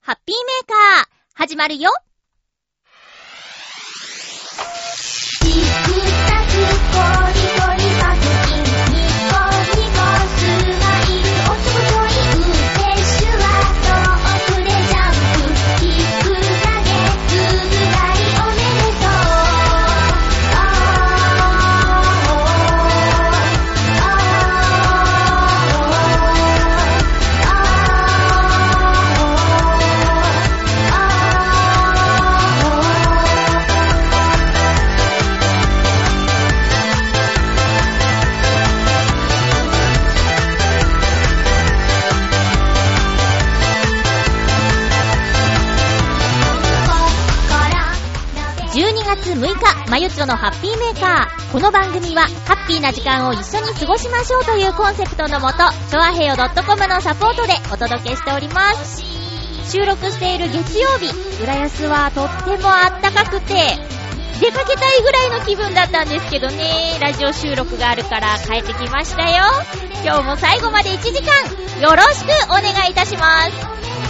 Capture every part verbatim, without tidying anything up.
ハッピーメーカー始まるよ。じゅうにがつむいか、まゆっちょのハッピーメーカー。この番組はハッピーな時間を一緒に過ごしましょうというコンセプトのもと、チョアヘヨ .com のサポートでお届けしております。収録している月曜日、浦安はとってもあったかくて出かけたいぐらいの気分だったんですけどね、ラジオ収録があるから帰ってきましたよ。今日も最後までいちじかんよろしくお願いいたします。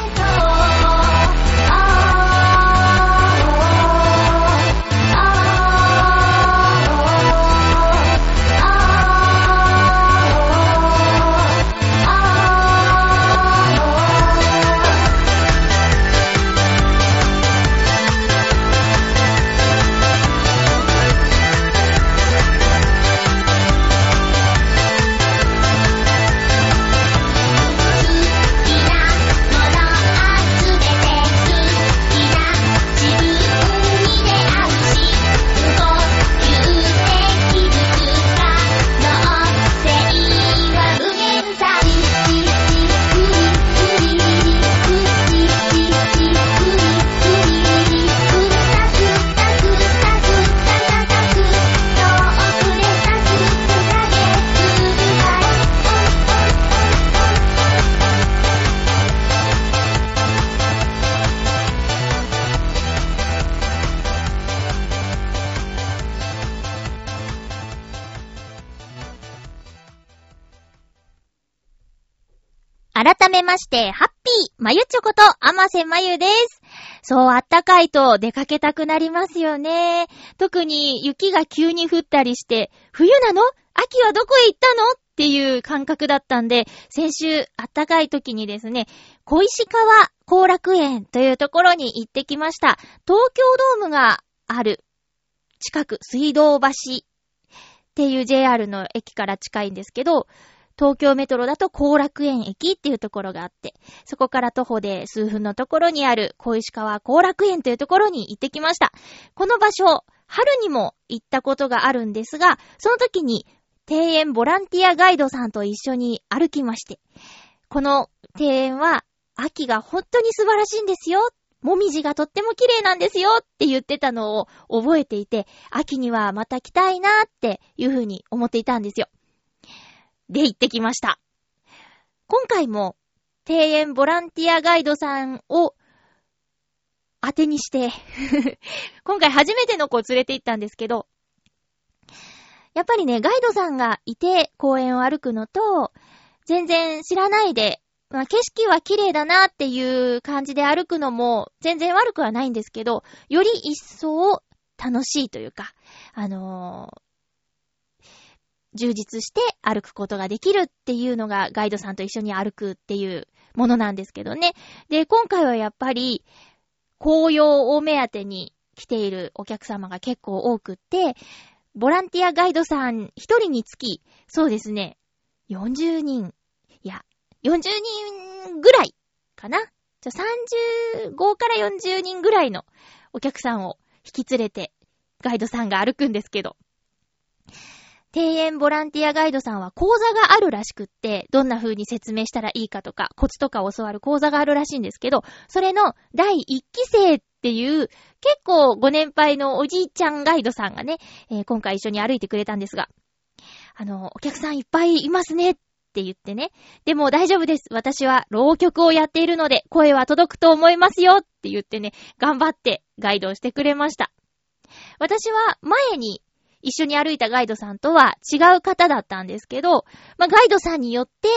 改めまして、ハッピーまゆっちょこと甘瀬まゆです。そう、あったかいと出かけたくなりますよね。特に雪が急に降ったりして、冬なの？秋はどこへ行ったの？っていう感覚だったんで、先週あったかい時にですね、小石川後楽園というところに行ってきました。東京ドームがある近く、水道橋っていう ジェイアール の駅から近いんですけど、東京メトロだと後楽園駅っていうところがあって、そこから徒歩で数分のところにある小石川後楽園というところに行ってきました。この場所、春にも行ったことがあるんですが、その時に庭園ボランティアガイドさんと一緒に歩きまして、この庭園は秋が本当に素晴らしいんですよ。もみじがとっても綺麗なんですよって言ってたのを覚えていて、秋にはまた来たいなっていうふうに思っていたんですよ。で行ってきました。今回も庭園ボランティアガイドさんを当てにして今回初めての子を連れて行ったんですけど、やっぱりね、ガイドさんがいて公園を歩くのと、全然知らないで、まあ、景色は綺麗だなっていう感じで歩くのも全然悪くはないんですけど、より一層楽しいというか、あのー充実して歩くことができるっていうのがガイドさんと一緒に歩くっていうものなんですけどね。で、今回はやっぱり紅葉を目当てに来ているお客様が結構多くって、ボランティアガイドさん一人につき、そうですね、よんじゅうにん、いや、よんじゅうにんぐらいかな。じゃさんじゅうごからよんじゅうにんぐらいのお客さんを引き連れてガイドさんが歩くんですけど、庭園ボランティアガイドさんは講座があるらしくって、どんな風に説明したらいいかとか、コツとかを教わる講座があるらしいんですけど、それのだいいっきせいっていう、結構ご年配のおじいちゃんガイドさんがね、えー、今回一緒に歩いてくれたんですが、あの、お客さんいっぱいいますねって言ってね、でも大丈夫です。私は浪曲をやっているので、声は届くと思いますよって言ってね、頑張ってガイドをしてくれました。私は前に、一緒に歩いたガイドさんとは違う方だったんですけど、まあ、ガイドさんによって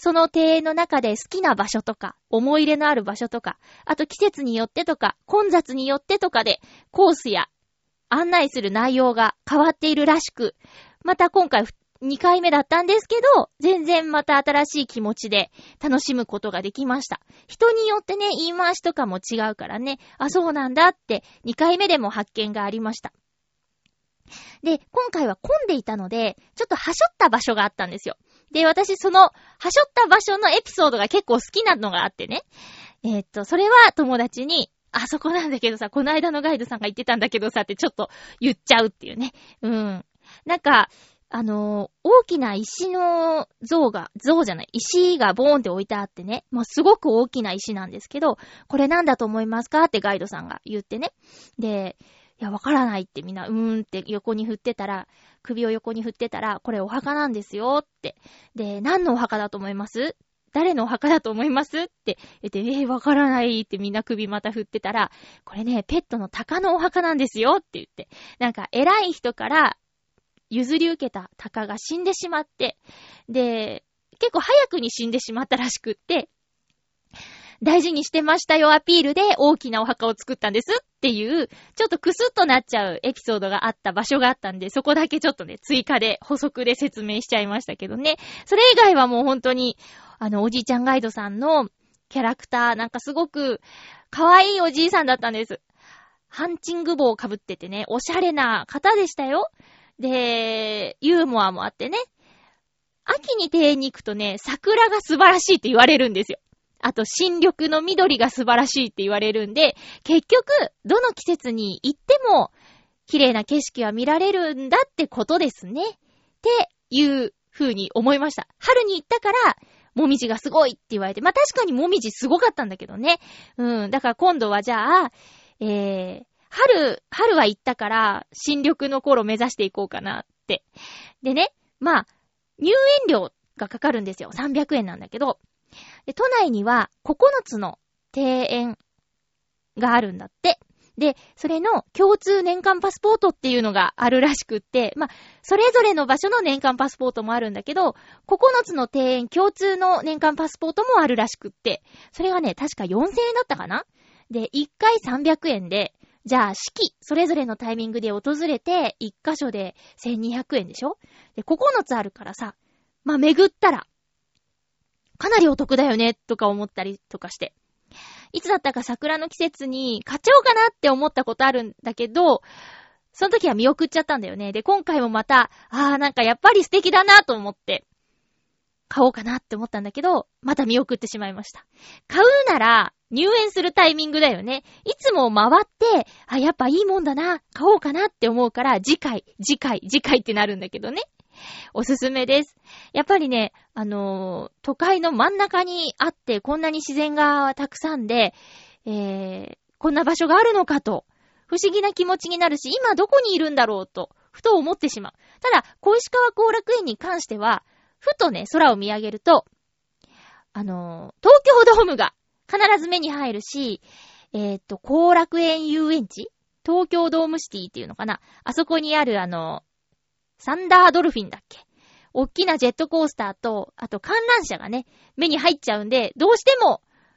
その庭園の中で好きな場所とか、思い入れのある場所とか、あと季節によってとか、混雑によってとかで、コースや案内する内容が変わっているらしく、また今回にかいめだったんですけど、全然また新しい気持ちで楽しむことができました。人によってね、言い回しとかも違うからね、あ、そうなんだってにかいめでも発見がありました。で、今回は混んでいたので、ちょっとはしょった場所があったんですよ。で、私そのはしょった場所のエピソードが結構好きなのがあってね。えー、っと、それは友達に、あそこなんだけどさ、この間のガイドさんが言ってたんだけどさってちょっと言っちゃうっていうね。うん。なんか、あのー、大きな石の像が、像じゃない、石がボーンって置いてあってね。もうすごく大きな石なんですけど、これなんだと思いますかってガイドさんが言ってね。で、いや、わからないってみんな、うーんって横に振ってたら、首を横に振ってたら、これお墓なんですよって。で、何のお墓だと思います？誰のお墓だと思いますって言って、えー、わからないってみんな首また振ってたら、これね、ペットの鷹のお墓なんですよって言って、なんか偉い人から譲り受けた鷹が死んでしまって、で、結構早くに死んでしまったらしくって、大事にしてましたよアピールで大きなお墓を作ったんですっていう、ちょっとクスッとなっちゃうエピソードがあった場所があったんで、そこだけちょっとね、追加で補足で説明しちゃいましたけどね。それ以外はもう本当に、あの、おじいちゃんガイドさんのキャラクター、なんかすごく可愛いおじいさんだったんです。ハンチング帽をかぶっててね、おしゃれな方でしたよ。で、ユーモアもあってね。秋に庭園に行くとね、桜が素晴らしいって言われるんですよ。あと、新緑の緑が素晴らしいって言われるんで、結局、どの季節に行っても、綺麗な景色は見られるんだってことですね。っていう風に思いました。春に行ったから、もみじがすごいって言われて、まあ、確かにもみじすごかったんだけどね。うん。だから今度はじゃあ、えー、春、春は行ったから、新緑の頃目指していこうかなって。でね、まあ、入園料がかかるんですよ。さんびゃくえんなんだけど、で都内にはここのつの庭園があるんだって。で、それの共通年間パスポートっていうのがあるらしくって、まあ、それぞれの場所の年間パスポートもあるんだけど、ここのつの庭園共通の年間パスポートもあるらしくって、それがね、確かよんせんえんだったかな？で、いっかいさんびゃくえんで、じゃあ四季、それぞれのタイミングで訪れて、いっかしょでせんにひゃくえんでしょ？で、ここのつあるからさ、まあ、巡ったら、かなりお得だよね、とか思ったりとかして。いつだったか桜の季節に買っちゃおうかなって思ったことあるんだけど、その時は見送っちゃったんだよね。で、今回もまた、あーなんかやっぱり素敵だなと思って、買おうかなって思ったんだけど、また見送ってしまいました。買うなら、入園するタイミングだよね。いつも回って、あ、やっぱいいもんだな、買おうかなって思うから、次回、次回、次回ってなるんだけどね。おすすめです。やっぱりね、あのー、都会の真ん中にあって、こんなに自然がたくさんで、えー、こんな場所があるのかと、不思議な気持ちになるし、今どこにいるんだろうと、ふと思ってしまう。ただ、小石川後楽園に関しては、ふとね、空を見上げると、あのー、東京ドームが必ず目に入るし、えー、っと、後楽園遊園地？東京ドームシティっていうのかな？あそこにあるあの、サンダードルフィンだっけ？大きなジェットコースターと、あと観覧車がね、目に入っちゃうんで、どうしても、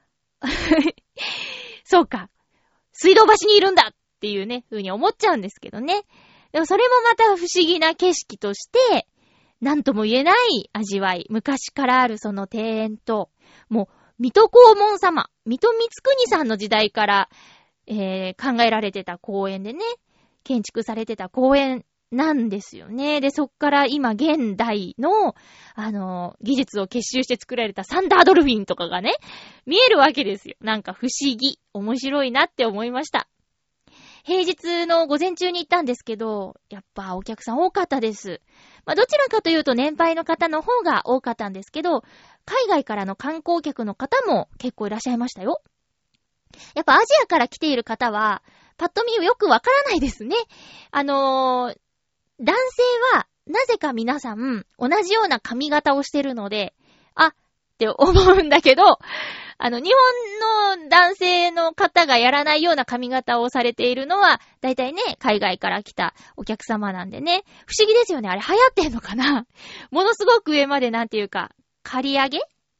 そうか、水道橋にいるんだっていうね、風に思っちゃうんですけどね。でもそれもまた不思議な景色として、なんとも言えない味わい。昔からあるその庭園と、もう、水戸黄門様、水戸光圀さんの時代から、えー、考えられてた公園でね、建築されてた公園なんですよね。で、そっから今現代の、あの、技術を結集して作られたサンダードルフィンとかがね、見えるわけですよ。なんか不思議、面白いなって思いました。平日の午前中に行ったんですけど、やっぱお客さん多かったです。まあ、どちらかというと年配の方の方が多かったんですけど、海外からの観光客の方も結構いらっしゃいましたよ。やっぱアジアから来ている方は、パッと見よくわからないですね。あのー、男性は、なぜか皆さん、同じような髪型をしてるので、あ、って思うんだけど、あの、日本の男性の方がやらないような髪型をされているのは、だいたいね、海外から来たお客様なんでね、不思議ですよね。あれ流行ってんのかな？ものすごく上までなんていうか、刈り上げっ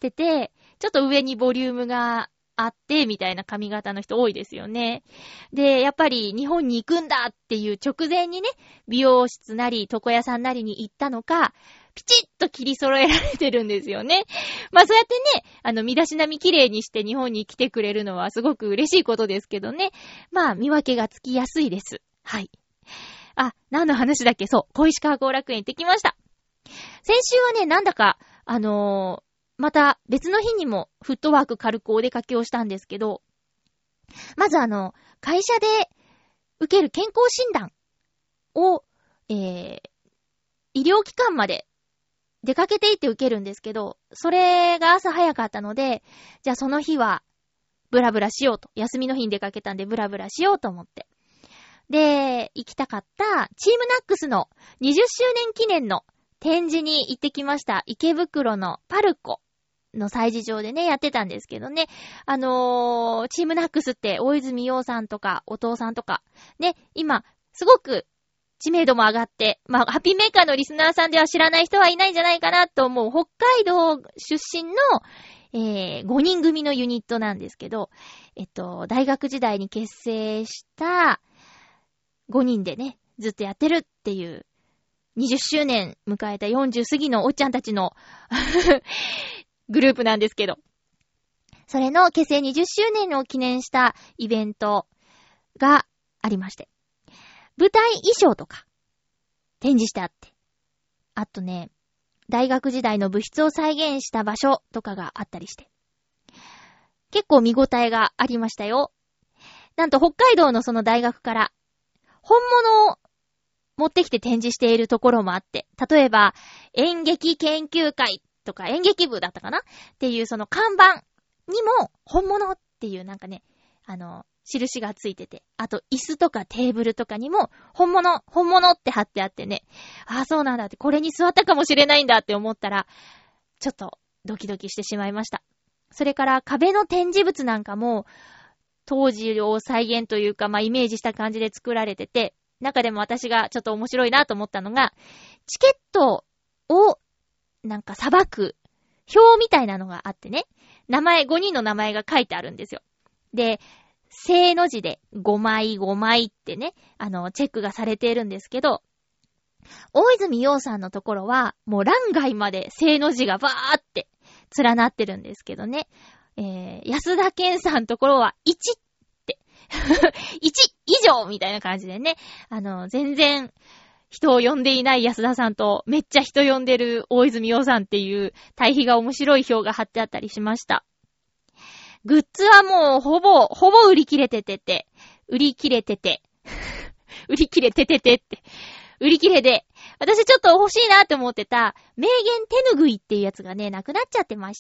ってて、ちょっと上にボリュームがあって、みたいな髪型の人多いですよね。で、やっぱり日本に行くんだっていう直前にね、美容室なり床屋さんなりに行ったのか、ピチッと切り揃えられてるんですよね。まあそうやってね、あの、身だしなみ綺麗にして日本に来てくれるのはすごく嬉しいことですけどね。まあ見分けがつきやすいです。はい。あ、何の話だっけ？そう、小石川後楽園行ってきました。先週はね、なんだか、あのー、また別の日にもフットワーク軽くお出かけをしたんですけど、まずあの、会社で受ける健康診断を、えー、医療機関まで出かけていって受けるんですけど、それが朝早かったので、じゃあその日はブラブラしようと。休みの日に出かけたんでブラブラしようと思って。で、行きたかったチームナックスのにじゅっしゅうねん記念の展示に行ってきました。池袋のパルコの催事場でね、やってたんですけどね。あのー、チームナックスって大泉洋さんとかお父さんとか、ね、今、すごく知名度も上がって、まあ、ハッピーメーカーのリスナーさんでは知らない人はいないんじゃないかなと思う、北海道出身の、えー、ごにん組のユニットなんですけど、えっと、大学時代に結成したごにんでね、ずっとやってるっていう、にじゅっしゅうねん迎えたよんじゅう過ぎのおっちゃんたちのグループなんですけど、それの結成にじゅっしゅうねんを記念したイベントがありまして、舞台衣装とか展示してあって、あとね、大学時代の部室を再現した場所とかがあったりして、結構見応えがありましたよ。なんと北海道のその大学から本物を持ってきて展示しているところもあって、例えば演劇研究会とか演劇部だったかなっていうその看板にも本物っていうなんかね、あの、印がついてて、あと椅子とかテーブルとかにも本物、本物って貼ってあってね、ああそうなんだって、これに座ったかもしれないんだって思ったら、ちょっとドキドキしてしまいました。それから壁の展示物なんかも、当時を再現というか、まあイメージした感じで作られてて、中でも私がちょっと面白いなと思ったのが、チケットをなんかさばく表みたいなのがあってね、名前、ごにんの名前が書いてあるんですよ。で、正の字でごまいごまいってね、あの、チェックがされているんですけど、大泉洋さんのところは、もう欄外まで正の字がバーって連なってるんですけどね、えー、安田健さんのところはいちっていち以上みたいな感じでね、あの、全然人を呼んでいない安田さんとめっちゃ人呼んでる大泉洋さんっていう対比が面白い表が貼ってあったりしました。グッズはもうほぼ、ほぼ売り切れててて、売り切れてて、売り切れてててって、売り切れで、私ちょっと欲しいなって思ってた、名言手ぬぐいっていうやつがね、なくなっちゃってました。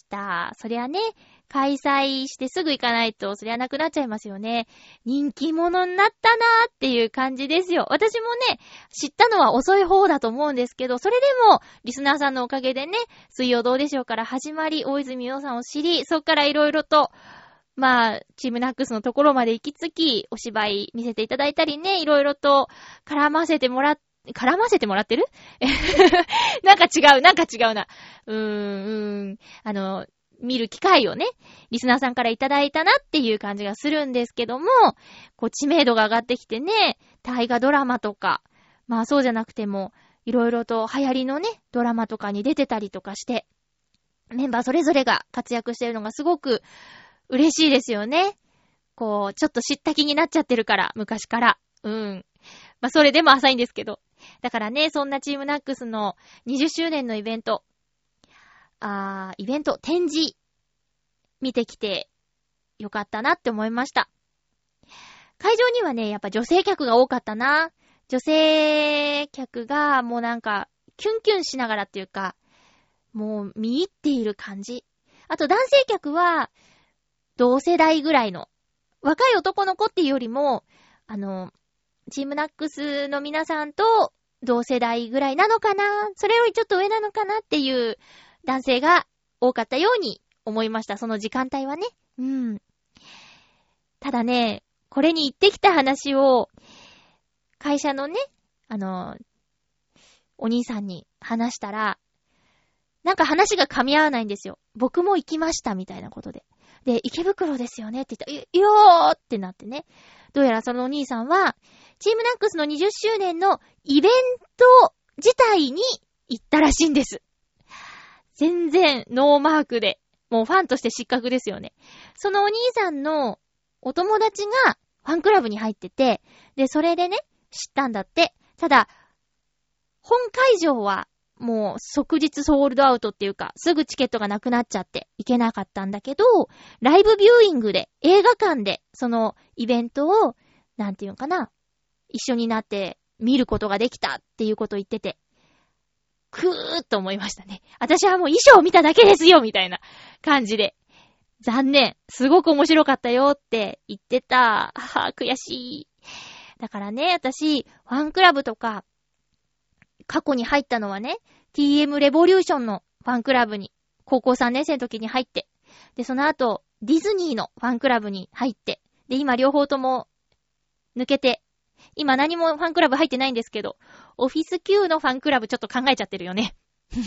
そりゃね、開催してすぐ行かないと、そりゃなくなっちゃいますよね。人気者になったなーっていう感じですよ。私もね、知ったのは遅い方だと思うんですけど、それでも、リスナーさんのおかげでね、水曜どうでしょうから始まり、大泉洋さんを知り、そっからいろいろと、まあ、チームナックスのところまで行き着き、お芝居見せていただいたりね、いろいろと絡ませてもらっ絡ませてもらってるなんか違う、なんか違うな。うーん、うーん。あの、見る機会をね、リスナーさんからいただいたなっていう感じがするんですけども、こう知名度が上がってきてね、大河ドラマとか、まあそうじゃなくても、いろいろと流行りのね、ドラマとかに出てたりとかして、メンバーそれぞれが活躍してるのがすごく嬉しいですよね。こう、ちょっと知った気になっちゃってるから、昔から。うん。まあそれでも浅いんですけど。だからね、そんなチームナックスのにじゅっしゅうねんのイベント、あー、イベント、展示、見てきてよかったなって思いました。会場にはね、やっぱ女性客が多かったな。女性客がもうなんか、キュンキュンしながらっていうか、もう見入っている感じ。あと男性客は、同世代ぐらいの、若い男の子っていうよりも、あの、チームナックスの皆さんと同世代ぐらいなのかな、それよりちょっと上なのかなっていう男性が多かったように思いました。その時間帯はね。うん。ただね、これに行ってきた話を会社のね、あの、お兄さんに話したら、 なんか話が噛み合わないんですよ。僕も行きましたみたいなことで。で、池袋ですよねって言ったら、いよーってなってね。どうやらそのお兄さんは、チームナックスのにじゅっしゅうねんのイベント自体に行ったらしいんです。全然ノーマークで、もうファンとして失格ですよね。そのお兄さんのお友達がファンクラブに入ってて、で、それでね、知ったんだって。ただ、本会場はもう即日ソールドアウトっていうか、すぐチケットがなくなっちゃって行けなかったんだけど、ライブビューイングで、映画館で、そのイベントを、なんていうのかな、一緒になって見ることができたっていうことを言ってて、くーっと思いましたね。私はもう衣装を見ただけですよみたいな感じで。残念。すごく面白かったよって言ってた。はぁ、悔しい。だからね、私、ファンクラブとか、過去に入ったのはね、ティーエム レボリューションのファンクラブに、高校さんねん生の時に入って、で、その後、ディズニーのファンクラブに入って、で、今両方とも抜けて、今何もファンクラブ入ってないんですけど、オフィス級のファンクラブちょっと考えちゃってるよね。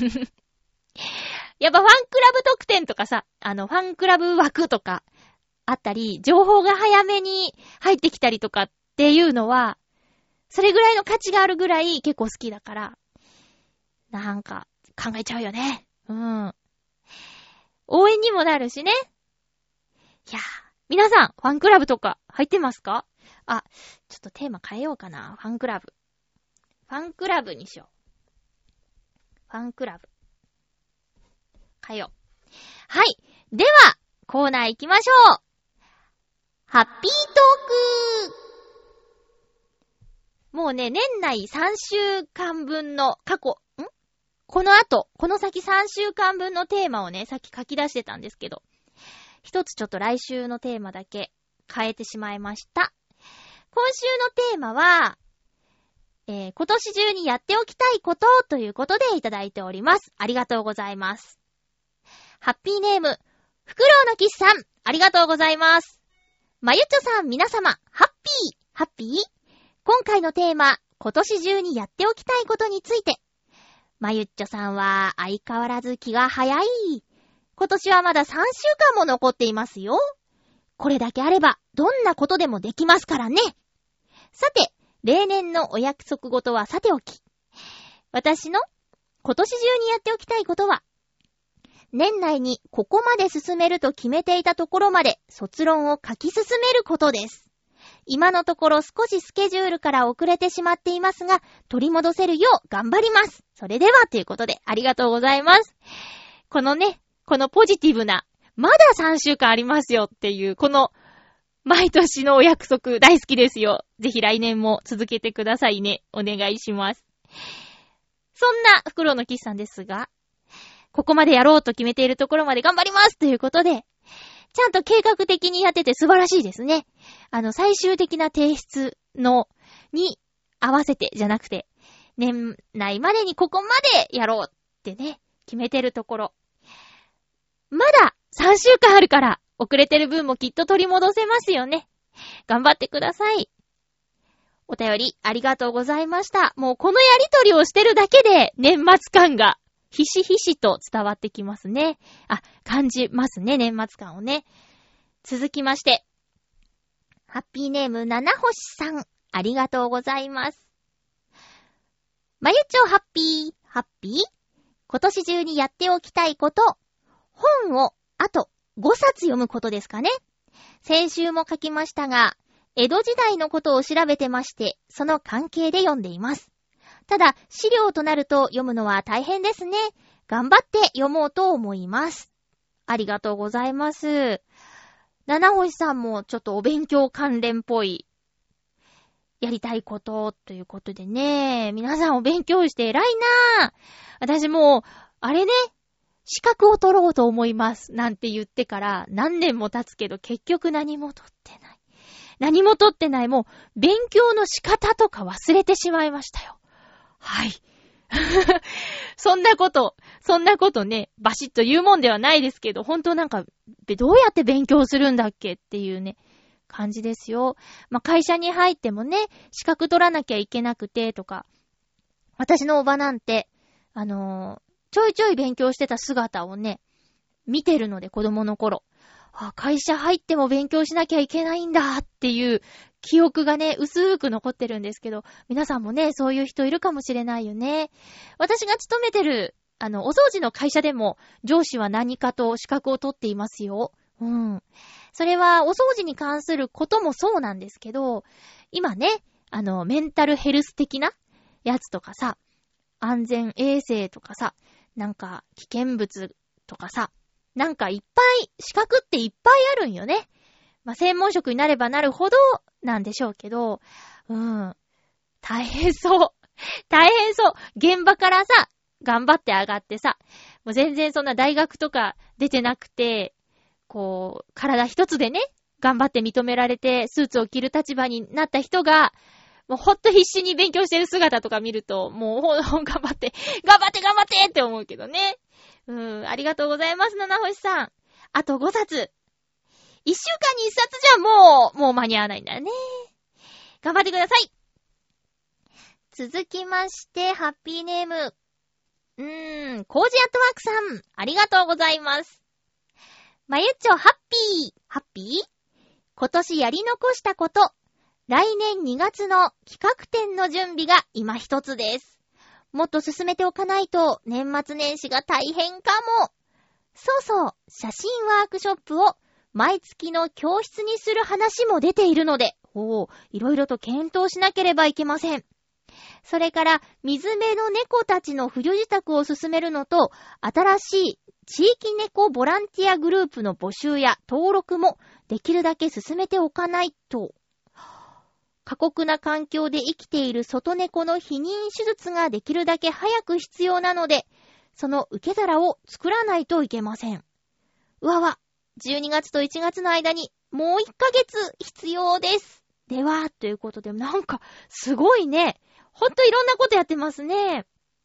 やっぱファンクラブ特典とかさ、あの、ファンクラブ枠とかあったり、情報が早めに入ってきたりとかっていうのは、それぐらいの価値があるぐらい結構好きだから、なんか考えちゃうよね。うん。応援にもなるしね。いやー、皆さん、ファンクラブとか入ってますか？あ、ちょっとテーマ変えようかな。ファンクラブ。ファンクラブにしよう。ファンクラブ。変えよう。はい。では、コーナー行きましょう。ハッピートーク。もうね、年内さんしゅうかんぶんの過去、んこの後、この先さんしゅうかんぶんのテーマをね、さっき書き出してたんですけど、一つちょっと来週のテーマだけ変えてしまいました。今週のテーマは、えー、今年中にやっておきたいことということでいただいております。ありがとうございます。ハッピーネーム、フクロウのキスさん、ありがとうございます。まゆちょさん、皆様、ハッピー、ハッピー。今回のテーマ、今年中にやっておきたいことについて。まゆっちょさんは相変わらず気が早い。今年はまださんしゅうかんも残っていますよ。これだけあれば、どんなことでもできますからね。さて、例年のお約束事はさておき。私の今年中にやっておきたいことは、年内にここまで進めると決めていたところまで卒論を書き進めることです。今のところ少しスケジュールから遅れてしまっていますが、取り戻せるよう頑張ります。それではということでありがとうございます。このね、このポジティブな、まださんしゅうかんありますよっていう、この毎年のお約束大好きですよ。ぜひ来年も続けてくださいね。お願いします。そんなフクロウのキスさんですが、ここまでやろうと決めているところまで頑張りますということで、ちゃんと計画的にやってて素晴らしいですね。あの、最終的な提出の、に合わせてじゃなくて、年内までにここまでやろうってね、決めてるところ。まださんしゅうかんあるから、遅れてる分もきっと取り戻せますよね。頑張ってください。お便りありがとうございました。もうこのやりとりをしてるだけで年末感がひしひしと伝わってきますね。あ、感じますね、年末感をね。続きまして、ハッピーネーム七星さん、ありがとうございます。まゆちょハッピー、ハッピー。今年中にやっておきたいこと、本をあとごさつ読むことですかね。先週も書きましたが、江戸時代のことを調べてまして、その関係で読んでいます。ただ、資料となると読むのは大変ですね。頑張って読もうと思います。ありがとうございます。七星さんもちょっとお勉強関連っぽい、やりたいことということでね、皆さんお勉強して偉いなぁ。私もう、あれね、資格を取ろうと思いますなんて言ってから何年も経つけど結局何も取ってない。何も取ってない。もう勉強の仕方とか忘れてしまいましたよ。はい。そんなこと、そんなことね、バシッと言うもんではないですけど、本当なんか、どうやって勉強するんだっけっていうね、感じですよ。まあ、会社に入ってもね、資格取らなきゃいけなくてとか、私のおばなんて、あのー、 ちょいちょい勉強してた姿をね、見てるので子供の頃。あ、会社入っても勉強しなきゃいけないんだっていう記憶がね、薄く残ってるんですけど、皆さんもね、そういう人いるかもしれないよね。私が勤めてる、あの、お掃除の会社でも上司は何かと資格を取っていますよ。うん。それはお掃除に関することもそうなんですけど、今ね、あの、メンタルヘルス的なやつとかさ、安全衛生とかさ、なんか危険物とかさ、なんかいっぱい、資格っていっぱいあるんよね。まあ、専門職になればなるほどなんでしょうけど、うん。大変そう。大変そう。現場からさ、頑張って上がってさ、もう全然そんな大学とか出てなくて、こう、体一つでね、頑張って認められて、スーツを着る立場になった人が、もうほんと必死に勉強してる姿とか見ると、もうほん、ほん、頑張って、頑張って頑張ってって思うけどね。うん、ありがとうございます、七星さん。あとごさつ。一週間に一冊じゃもう、もう間に合わないんだよね。頑張ってください。続きまして、ハッピーネーム。うーん、コージアットワークさん。ありがとうございます。まゆっちょ、ハッピー。ハッピー？今年やり残したこと。来年にがつの企画展の準備が今一つです。もっと進めておかないと年末年始が大変かも。そうそう、写真ワークショップを毎月の教室にする話も出ているので、おー、いろいろと検討しなければいけません。それから、水辺の猫たちの冬支度を進めるのと、新しい地域猫ボランティアグループの募集や登録もできるだけ進めておかないと。過酷な環境で生きている外猫の避妊手術ができるだけ早く必要なので、その受け皿を作らないといけません。うわわ、じゅうにがつといちがつの間にもういっかげつ必要です。では、ということで、なんかすごいね。ほんといろんなことやってますね。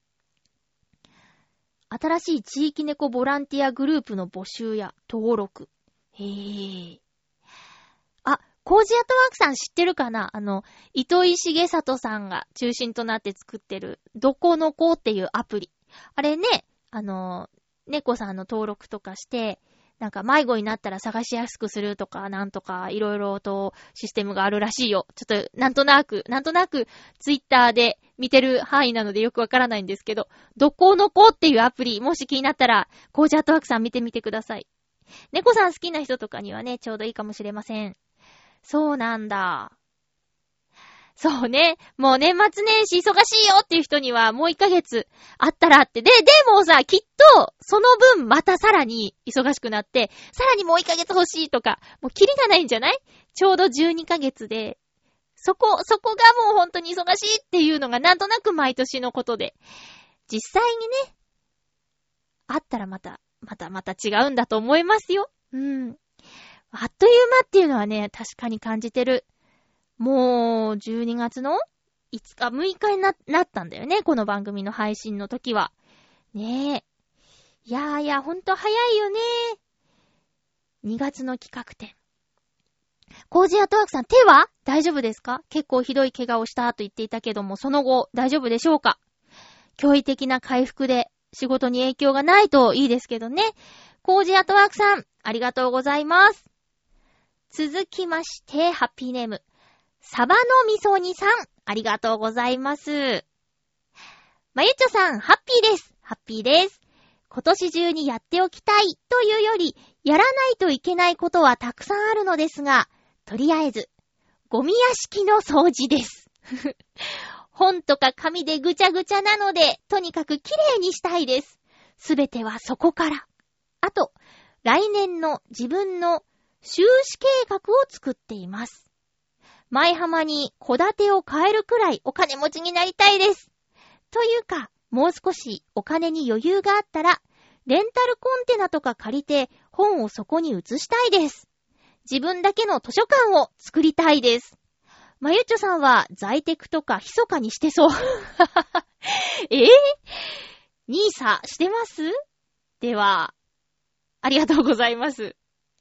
新しい地域猫ボランティアグループの募集や登録。へー。あ、コージアットワークさん知ってるかな？あの、糸井重里さんが中心となって作ってる、どこの子っていうアプリ。あれね、あの、猫さんの登録とかして、なんか迷子になったら探しやすくするとか、なんとかいろいろとシステムがあるらしいよ。ちょっと、なんとなく、なんとなくツイッターで見てる範囲なのでよくわからないんですけど、どこの子っていうアプリ、もし気になったら、コージアットワークさん見てみてください。猫さん好きな人とかにはね、ちょうどいいかもしれません。そうなんだ。そうね。もう年末年始忙しいよっていう人にはもういっかげつあったらって。で、でもさ、きっとその分またさらに忙しくなって、さらにもういっかげつ欲しいとか、もうキリがないんじゃない？ちょうどじゅうにかげつで、そこ、そこがもう本当に忙しいっていうのがなんとなく毎年のことで。実際にね、あったらまた、またまた違うんだと思いますよ。うん。あっという間っていうのはね、確かに感じてる。もう、じゅうにがつのいつか、むいかに な, なったんだよね。この番組の配信の時は。ねえ。いやーいや、ほんと早いよね。にがつの企画展。コージーアットワークさん、手は大丈夫ですか？結構ひどい怪我をしたと言っていたけども、その後大丈夫でしょうか？驚異的な回復で仕事に影響がないといいですけどね。コージーアットワークさん、ありがとうございます。続きまして、ハッピーネーム。サバのみそ煮さん、ありがとうございます。まゆっちょさん、ハッピーです。ハッピーです。今年中にやっておきたいというより、やらないといけないことはたくさんあるのですが、とりあえず、ゴミ屋敷の掃除です。本とか紙でぐちゃぐちゃなので、とにかくきれいにしたいです。すべてはそこから。あと、来年の自分の収支計画を作っています。前浜に戸建てを買えるくらいお金持ちになりたいです。というか、もう少しお金に余裕があったら、レンタルコンテナとか借りて本をそこに移したいです。自分だけの図書館を作りたいです。まゆっちょさんは在宅とか密かにしてそう。えぇ、ー、ニーサしてます？では、ありがとうございます。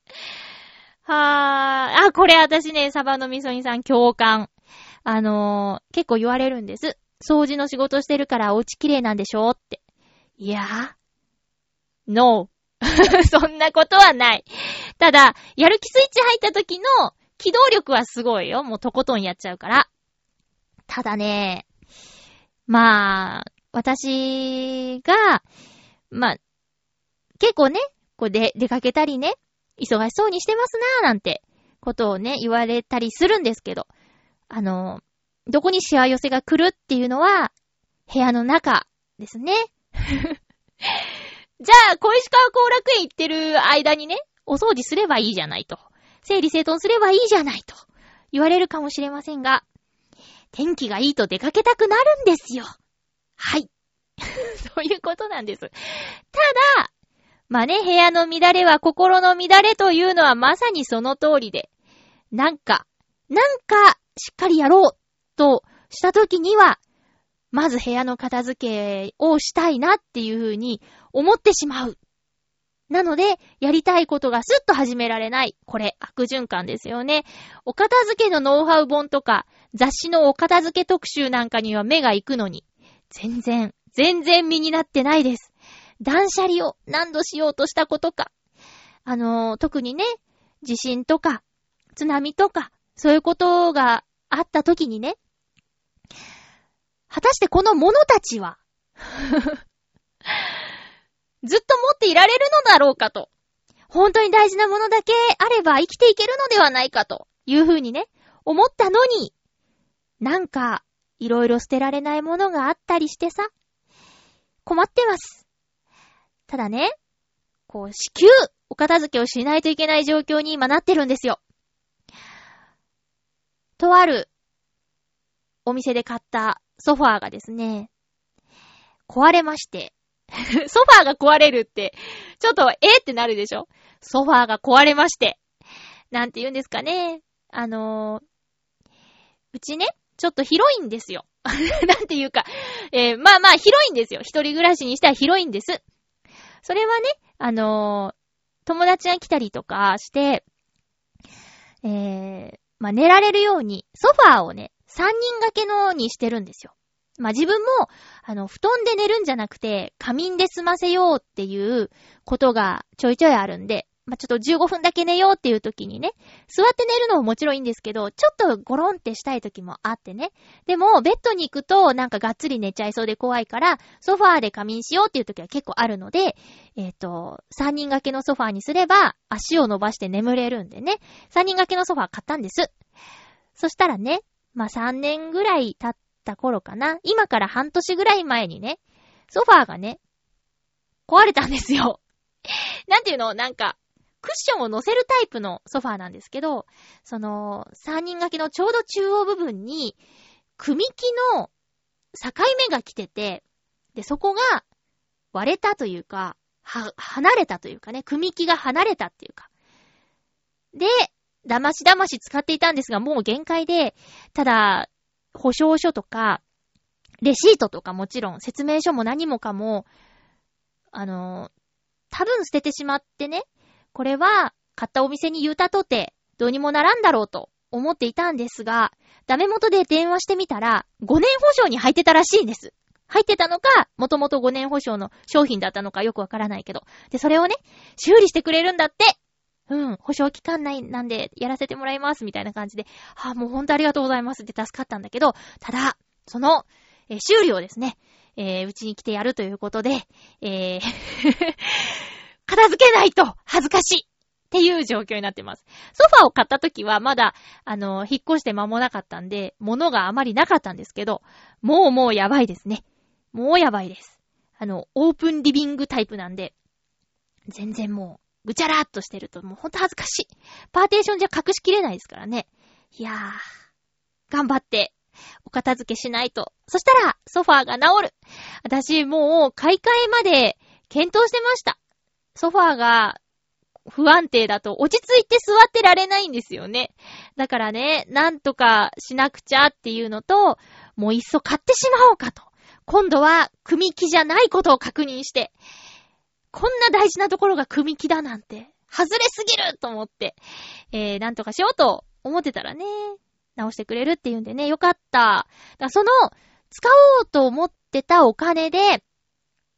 はー、あ、これ私ね、サバのみそ煮さん共感。あのー、結構言われるんです。掃除の仕事してるからお家綺麗なんでしょって。 いや、ノー。そんなことはない。ただ、やる気スイッチ入った時の機動力はすごいよ。もうとことんやっちゃうから。ただね、まあ、私が、まあ、結構ね、こうで出かけたりね、忙しそうにしてますなーなんてことをね、言われたりするんですけど、あの、どこにしわ寄せが来るっていうのは、部屋の中ですね。じゃあ、小石川後楽園行ってる間にね、お掃除すればいいじゃないと。整理整頓すればいいじゃないと言われるかもしれませんが、天気がいいと出かけたくなるんですよ。はい。そういうことなんです。ただ、まあね、部屋の乱れは心の乱れというのはまさにその通りで、なんか、なんかしっかりやろうとしたときには、まず部屋の片付けをしたいなっていうふうに思ってしまう。なので、やりたいことがスッと始められない。これ、悪循環ですよね。お片付けのノウハウ本とか、雑誌のお片付け特集なんかには目が行くのに、全然、全然身になってないです。断捨離を何度しようとしたことか。あのー、特にね、地震とか、津波とか、そういうことがあった時にね、果たしてこの者たちは、ずっと持っていられるのだろうかと。本当に大事なものだけあれば生きていけるのではないかというふうにね、思ったのに、なんか、いろいろ捨てられないものがあったりしてさ、困ってます。ただね、こう、至急、お片付けをしないといけない状況に今なってるんですよ。とある、お店で買ったソファーがですね、壊れまして、ソファーが壊れるって、ちょっとえーってなるでしょ？ソファーが壊れまして。なんて言うんですかね。あのー、うちね、ちょっと広いんですよ。なんていうか、えー、まあまあ広いんですよ。一人暮らしにしては広いんです。それはね、あのー、友達が来たりとかして、えー、まあ寝られるように、ソファーをね、三人掛けのにしてるんですよ。まあ自分も、あの、布団で寝るんじゃなくて、仮眠で済ませようっていうことがちょいちょいあるんで、まあちょっとじゅうごふんだけ寝ようっていう時にね、座って寝るのももちろんいいんですけど、ちょっとゴロンってしたい時もあってね。でも、ベッドに行くとなんかがっつり寝ちゃいそうで怖いから、ソファーで仮眠しようっていう時は結構あるので、えっと、三人掛けのソファーにすれば、足を伸ばして眠れるんでね、三人掛けのソファー買ったんです。そしたらね、まあさんねんぐらい経って、た頃かな。今から半年ぐらい前にね、ソファーがね、壊れたんですよ。なんていうの？なんか、クッションを乗せるタイプのソファーなんですけど、その、三人掛けのちょうど中央部分に、組木の境目が来てて、で、そこが割れたというか、は、離れたというかね、組木が離れたっていうか。で、だましだまし使っていたんですが、もう限界で、ただ、保証書とか、レシートとかもちろん、説明書も何もかも、あの、多分捨ててしまってね、これは買ったお店に言うたとて、どうにもならんだろうと思っていたんですが、ダメ元で電話してみたら、ごねん保証に入ってたらしいんです。入ってたのか、もともとごねん保証の商品だったのかよくわからないけど。で、それをね、修理してくれるんだって。うん、保証期間内なんでやらせてもらいますみたいな感じで、はあ、もうほんとありがとうございますって助かったんだけど、ただ、その、えー、修理をですね、えー、うちに来てやるということで、えー、片付けないと恥ずかしいっていう状況になってます。ソファーを買った時はまだ、あの、引っ越して間もなかったんで、物があまりなかったんですけど、もうもうやばいですね。もうやばいです。あの、オープンリビングタイプなんで、全然もう、ぐちゃらーっとしてるともうほんと恥ずかしい。パーテーションじゃ隠しきれないですからね。いやー、頑張ってお片付けしないと。そしたらソファーが治る。私もう買い替えまで検討してました。ソファーが不安定だと落ち着いて座ってられないんですよね。だからね、なんとかしなくちゃっていうのと、もういっそ買ってしまおうかと。今度は組木じゃないことを確認して、こんな大事なところが組木だなんて、外れすぎると思って、えー、なんとかしようと思ってたらね、直してくれるっていうんでね、よかった。だからその、使おうと思ってたお金で、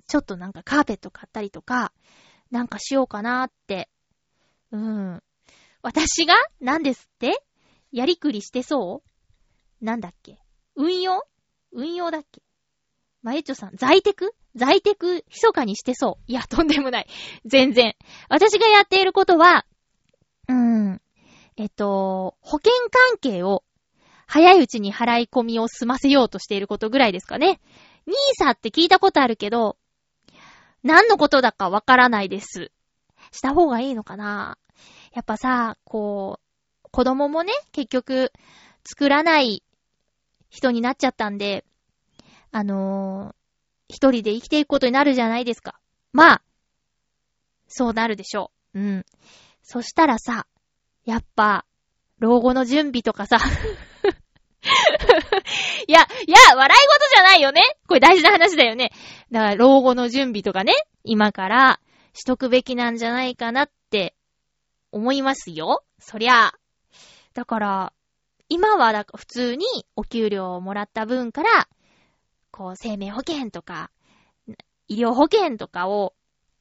ちょっとなんかカーペット買ったりとか、なんかしようかなって。うん。私が何ですってやりくりしてそうなんだっけ運用運用だっけまゆちょさん、在宅在宅密かにしてそう。いや、とんでもない。全然。私がやっていることは、うーん。えっと、保険関係を早いうちに払い込みを済ませようとしていることぐらいですかね。ニーサって聞いたことあるけど、何のことだかわからないです。した方がいいのかな？やっぱさ、こう、子供もね、結局、作らない人になっちゃったんで、あのー、一人で生きていくことになるじゃないですか。まあ、そうなるでしょう。うん。そしたらさ、やっぱ、老後の準備とかさ、いや、いや、笑い事じゃないよね。これ大事な話だよね。だから、老後の準備とかね、今からしとくべきなんじゃないかなって思いますよ。そりゃ。だから、今はだから普通にお給料をもらった分から、こう、生命保険とか、医療保険とかを、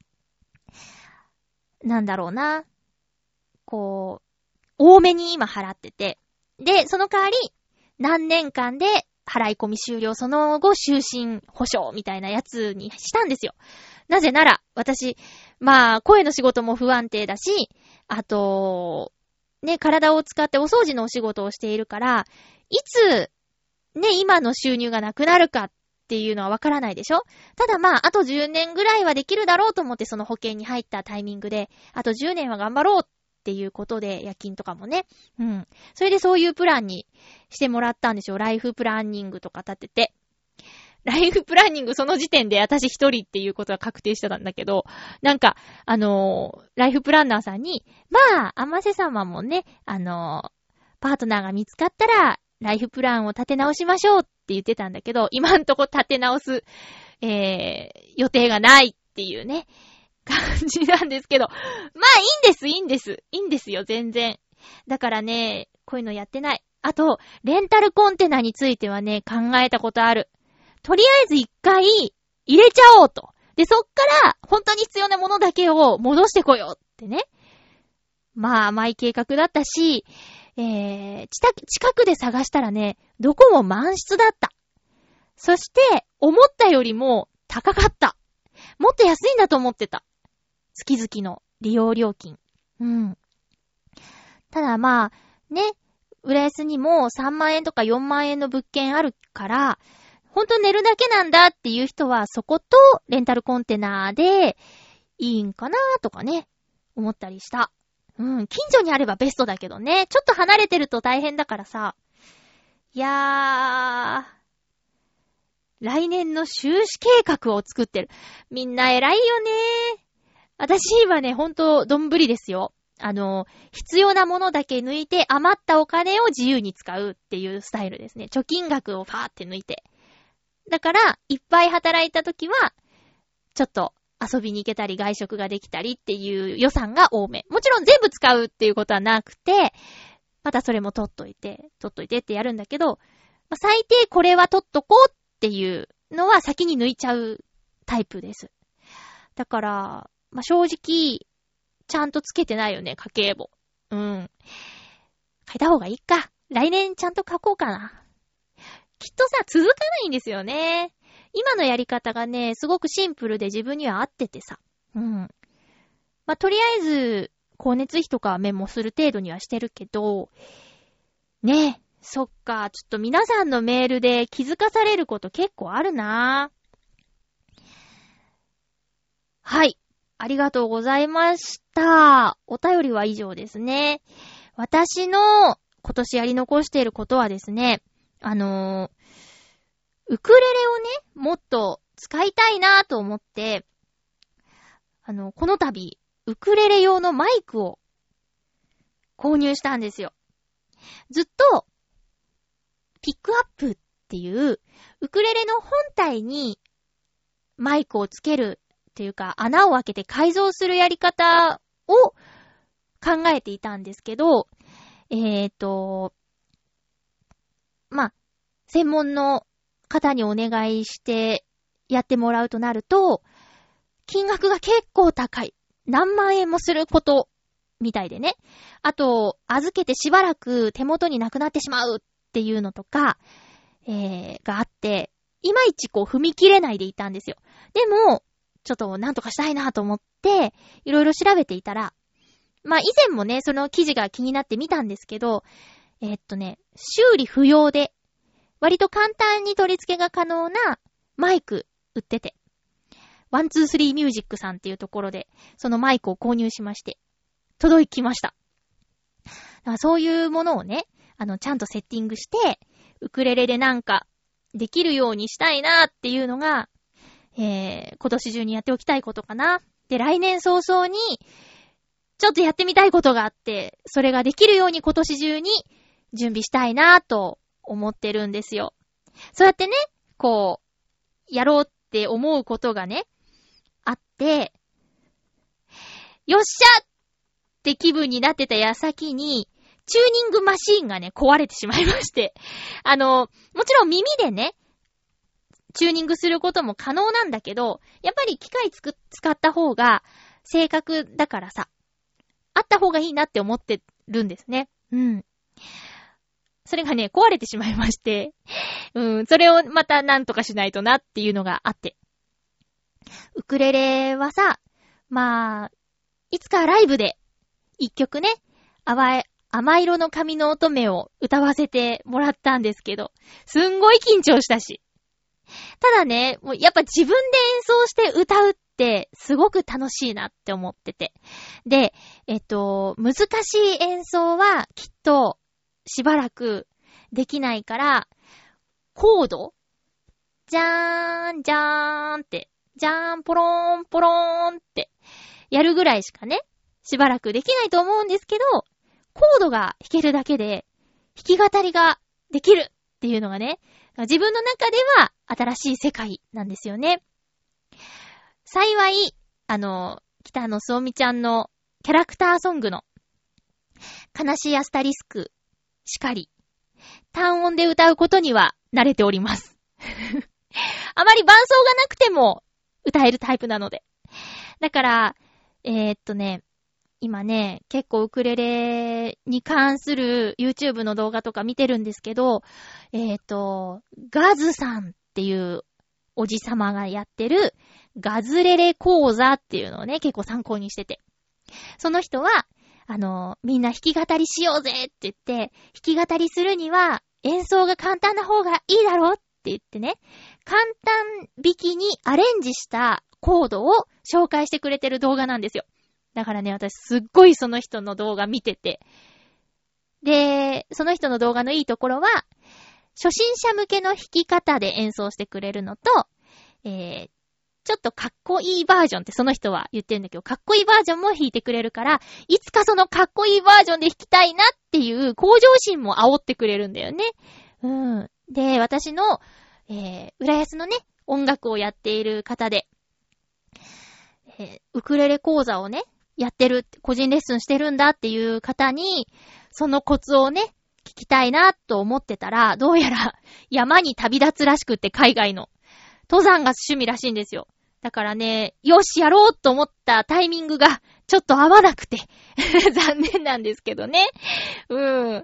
なんだろうな、こう、多めに今払ってて、で、その代わり、何年間で払い込み終了、その後終身保障みたいなやつにしたんですよ。なぜなら、私、まあ、声の仕事も不安定だし、あと、ね、体を使ってお掃除のお仕事をしているから、いつ、ね、今の収入がなくなるかっていうのはわからないでしょ？ただまあ、あとじゅうねんぐらいはできるだろうと思ってその保険に入ったタイミングで、あとじゅうねんは頑張ろうっていうことで、夜勤とかもね。うん。それでそういうプランにしてもらったんですよ。ライフプランニングとか立てて。ライフプランニングその時点で私一人っていうことが確定してたんだけど、なんか、あのー、ライフプランナーさんに、まあ、あませ様もね、あのー、パートナーが見つかったら、ライフプランを立て直しましょうって言ってたんだけど、今んとこ立て直す、えー、予定がないっていうね、感じなんですけど、まあいいんです、いいんです。いいんですよ、全然。だからね、こういうのやってない。あと、レンタルコンテナについてはね、考えたことある。とりあえず一回入れちゃおうと。で、そっから本当に必要なものだけを戻してこようってね。まあ甘い計画だったし、えー、近くで探したらね、どこも満室だった。そして、思ったよりも高かった。もっと安いんだと思ってた。月々の利用料金。うん。ただまあ、ね、浦安にもさんまんえんとかよんまんえんの物件あるから、ほんと寝るだけなんだっていう人はそことレンタルコンテナでいいんかなとかね、思ったりした。うん、近所にあればベストだけどね、ちょっと離れてると大変だからさ。いやー、来年の収支計画を作ってる。みんな偉いよね。私今ね、ほんとどんぶりですよ。あの、必要なものだけ抜いて余ったお金を自由に使うっていうスタイルですね。貯金額をファーって抜いて。だから、いっぱい働いたときは、ちょっと遊びに行けたり外食ができたりっていう予算が多め。もちろん全部使うっていうことはなくて、またそれも取っといて、取っといてってやるんだけど、まあ、最低これは取っとこうっていうのは先に抜いちゃうタイプです。だから、まあ、正直、ちゃんとつけてないよね、家計簿。うん。書いた方がいいか。来年ちゃんと書こうかな。きっとさ、続かないんですよね。今のやり方がね、すごくシンプルで自分には合っててさ。うん。まあ、とりあえず、光熱費とかはメモする程度にはしてるけど、ねえ、そっか、ちょっと皆さんのメールで気づかされること結構あるな。はい。ありがとうございました。お便りは以上ですね。私の今年やり残していることはですね、あのー、ウクレレをね、もっと使いたいなと思って、あの、この度、ウクレレ用のマイクを購入したんですよ。ずっと、ピックアップっていう、ウクレレの本体にマイクをつけるっていうか、穴を開けて改造するやり方を考えていたんですけど、えーと、まあ、専門の方にお願いしてやってもらうとなると、 金額が結構高い。何万円もすることみたいでね。あと、預けてしばらく手元になくなってしまうっていうのとか、えー、があって、いまいちこう踏み切れないでいたんですよ。でも、ちょっとなんとかしたいなと思って、いろいろ調べていたら、まあ以前もね、その記事が気になって見たんですけど、えー、っとね、修理不要で、割と簡単に取り付けが可能なマイク売ってて、ワンツースリーミュージックさんっていうところで、そのマイクを購入しまして、届きました。だからそういうものをね、あの、ちゃんとセッティングして、ウクレレでなんか、できるようにしたいなっていうのが、えー、今年中にやっておきたいことかな。で、来年早々に、ちょっとやってみたいことがあって、それができるように今年中に準備したいなと思ってるんですよ。そうやってね、こう、やろうって思うことがね、あって、よっしゃって気分になってた矢先に、チューニングマシーンがね、壊れてしまいまして。あの、もちろん耳でね、チューニングすることも可能なんだけど、やっぱり機械つく使った方が正確だからさ、あった方がいいなって思ってるんですね。うん。それがね、壊れてしまいまして、うん、それをまたなんとかしないとなっていうのがあって。ウクレレはさ、まあ、いつかライブで一曲ね、甘い、甘色の髪の乙女を歌わせてもらったんですけど、すんごい緊張したし。ただね、もうやっぱ自分で演奏して歌うってすごく楽しいなって思ってて。で、えっと、難しい演奏はきっとしばらくできないから、コードじゃーん、じゃーんって、じゃーん、ポローン、ポローンってやるぐらいしかね、しばらくできないと思うんですけど、コードが弾けるだけで弾き語りができるっていうのがね、自分の中では新しい世界なんですよね。幸い、あの、北野すおみちゃんのキャラクターソングの悲しいアスタリスクしかり、単音で歌うことには慣れております。あまり伴奏がなくても歌えるタイプなので。だから、えー、っとね、今ね、結構ウクレレに関する YouTube の動画とか見てるんですけど、えっと、ガズさんっていうおじさまがやってるガズレレ講座っていうのをね、結構参考にしてて。その人は、あの、みんな弾き語りしようぜって言って、弾き語りするには演奏が簡単な方がいいだろうって言ってね、簡単弾きにアレンジしたコードを紹介してくれてる動画なんですよ。だからね、私すっごいその人の動画見てて。で、その人の動画のいいところは、初心者向けの弾き方で演奏してくれるのと、えー、ちょっとかっこいいバージョンってその人は言ってるんだけど、かっこいいバージョンも弾いてくれるから、いつかそのかっこいいバージョンで弾きたいなっていう向上心も煽ってくれるんだよね。うん。で、私の、えー、浦安のね、音楽をやっている方で、えー、ウクレレ講座をね、やってる、個人レッスンしてるんだっていう方に、そのコツをね、聞きたいなと思ってたら、どうやら山に旅立つらしくって海外の。登山が趣味らしいんですよ。だからね、よしやろうと思ったタイミングがちょっと合わなくて、残念なんですけどね。うん。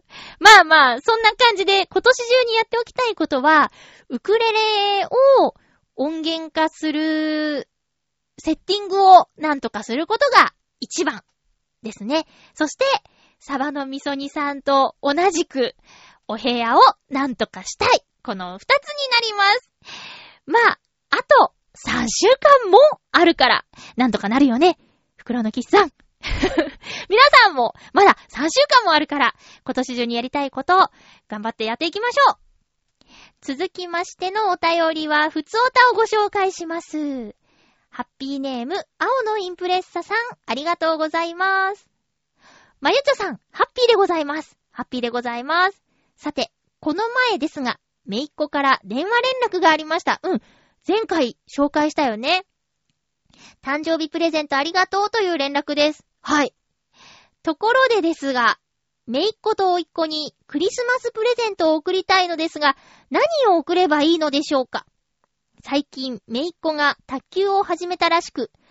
まあまあ、そんな感じで今年中にやっておきたいことは、ウクレレを音源化するセッティングをなんとかすることが一番ですね。そして、サバの味噌煮さんと同じくお部屋をなんとかしたい。この二つになります。まあ、あとさんしゅうかんもあるから、なんとかなるよね。袋のキスさん。皆さんもまださんしゅうかんもあるから、今年中にやりたいことを頑張ってやっていきましょう。続きましてのお便りは、ふつおたをご紹介します。ハッピーネーム、青のインプレッサさん、ありがとうございます。まゆちょさん、ハッピーでございます。ハッピーでございます。さて、この前ですが、めいっ子から電話連絡がありました。うん、前回紹介したよね。誕生日プレゼントありがとうという連絡です。はい。ところでですが、めいっ子とおいっ子にクリスマスプレゼントを送りたいのですが、何を送ればいいのでしょうか。最近、めいっ子が卓球を始めたらしく、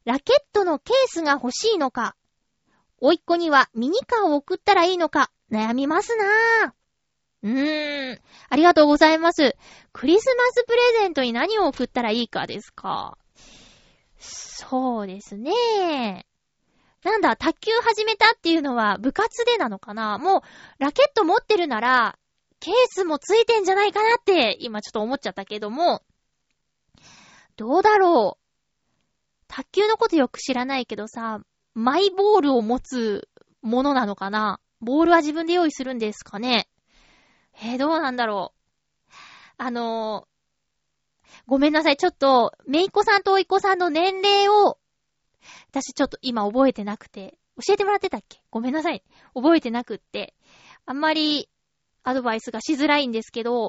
ラケットのケースが欲しいのか、甥っ子にはミニカーを送ったらいいのか、悩みますなぁ。うーん。ありがとうございます。クリスマスプレゼントに何を送ったらいいかですか。そうですね。なんだ、卓球始めたっていうのは部活でなのかな。もう、ラケット持ってるなら、ケースもついてんじゃないかなって、今ちょっと思っちゃったけども、どうだろう。卓球のことよく知らないけどさ、マイボールを持つものなのかな。ボールは自分で用意するんですかね。えー、どうなんだろう。あのー、ごめんなさい。ちょっと、めいっ子さんとおいっ子さんの年齢を、私ちょっと今覚えてなくて、教えてもらってたっけ？ごめんなさい。覚えてなくって、あんまりアドバイスがしづらいんですけど、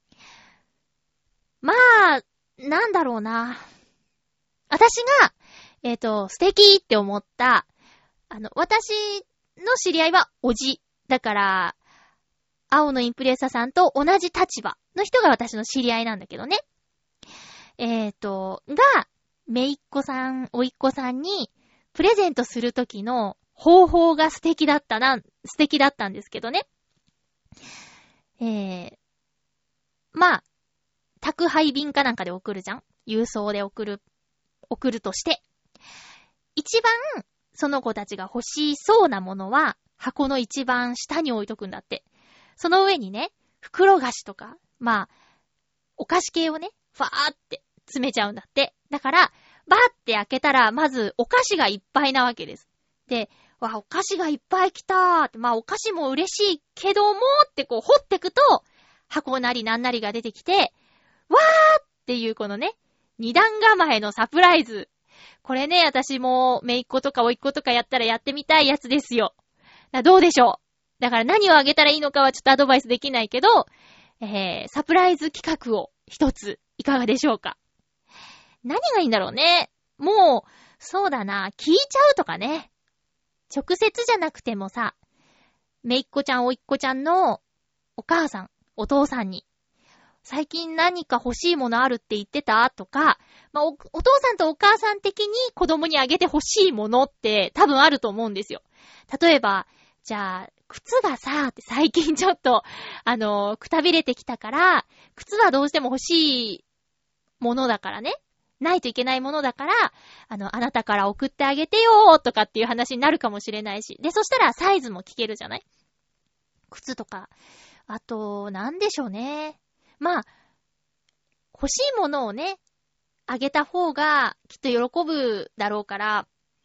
まあ、なんだろうな。私が、えっと、素敵って思った、あの、私の知り合いはおじ。だから、青のインプレッサさんと同じ立場の人が私の知り合いなんだけどね。えっと、が、めいっ子さん、おいっ子さんにプレゼントするときの方法が素敵だったな、素敵だったんですけどね。えー、まあ、宅配便かなんかで送るじゃん？郵送で送る、送るとして。一番、その子たちが欲しそうなものは、箱の一番下に置いとくんだって。その上にね、袋菓子とか、まあ、お菓子系をね、ファーって詰めちゃうんだって。だから、バーって開けたら、まずお菓子がいっぱいなわけです。で、わ、お菓子がいっぱい来たーって、まあお菓子も嬉しいけどもってこう掘ってくと、箱なりなんなりが出てきて、わーっていうこのね、二段構えのサプライズ。これね、私もめいっ子とかおいっ子とかやったらやってみたいやつですよ。だどうでしょう。だから何をあげたらいいのかはちょっとアドバイスできないけど、えー、サプライズ企画を一ついかがでしょうか。何がいいんだろうね。もう、そうだな、聞いちゃうとかね。直接じゃなくてもさ、めいっ子ちゃんおいっ子ちゃんのお母さん、お父さんに、最近何か欲しいものあるって言ってたとか、まあお、お父さんとお母さん的に子供にあげて欲しいものって多分あると思うんですよ。例えば、じゃあ、靴がさ、って最近ちょっと、あの、くたびれてきたから、靴はどうしても欲しいものだからね。ないといけないものだから、あの、あなたから送ってあげてよーとかっていう話になるかもしれないし。で、そしたらサイズも聞けるじゃない？靴とか。あと、なんでしょうね。まあ、欲しいものをね、あげた方がきっと喜ぶだろうから、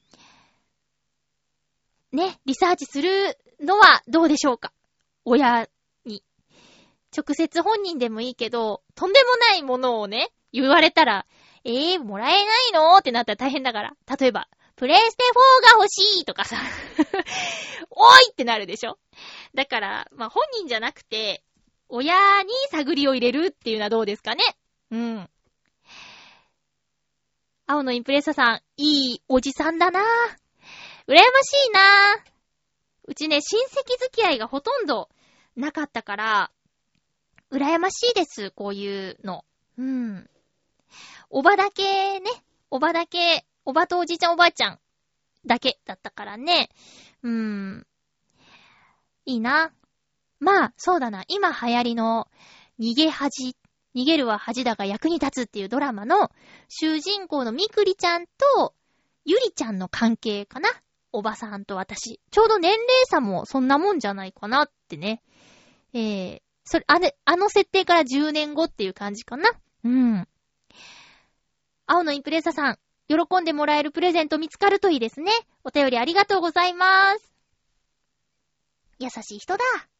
ね、リサーチするのはどうでしょうか？親に。直接本人でもいいけど、とんでもないものをね、言われたら、えー、もらえないのってなったら大変だから。例えば、プレイステフォーが欲しいとかさ、おいってなるでしょ？だから、まあ、本人じゃなくて、親に探りを入れるっていうのはどうですかね？うん。青のインプレッサさん、いいおじさんだなぁ。羨ましいなぁ。うちね、親戚付き合いがほとんどなかったから、羨ましいです、こういうの。うん。おばだけね、おばだけ、おばとおじいちゃんおばあちゃんだけだったからね。うーん。いいな。まあ、そうだな。今流行りの逃げ恥、逃げるは恥だが役に立つっていうドラマの主人公のみくりちゃんとゆりちゃんの関係かな。おばさんと私。ちょうど年齢差もそんなもんじゃないかなってね。えー、それ、あれ、あの設定からじゅうねんごっていう感じかな。うん。青のインプレッサさん、喜んでもらえるプレゼント見つかるといいですね。お便りありがとうございます。優しい人だ。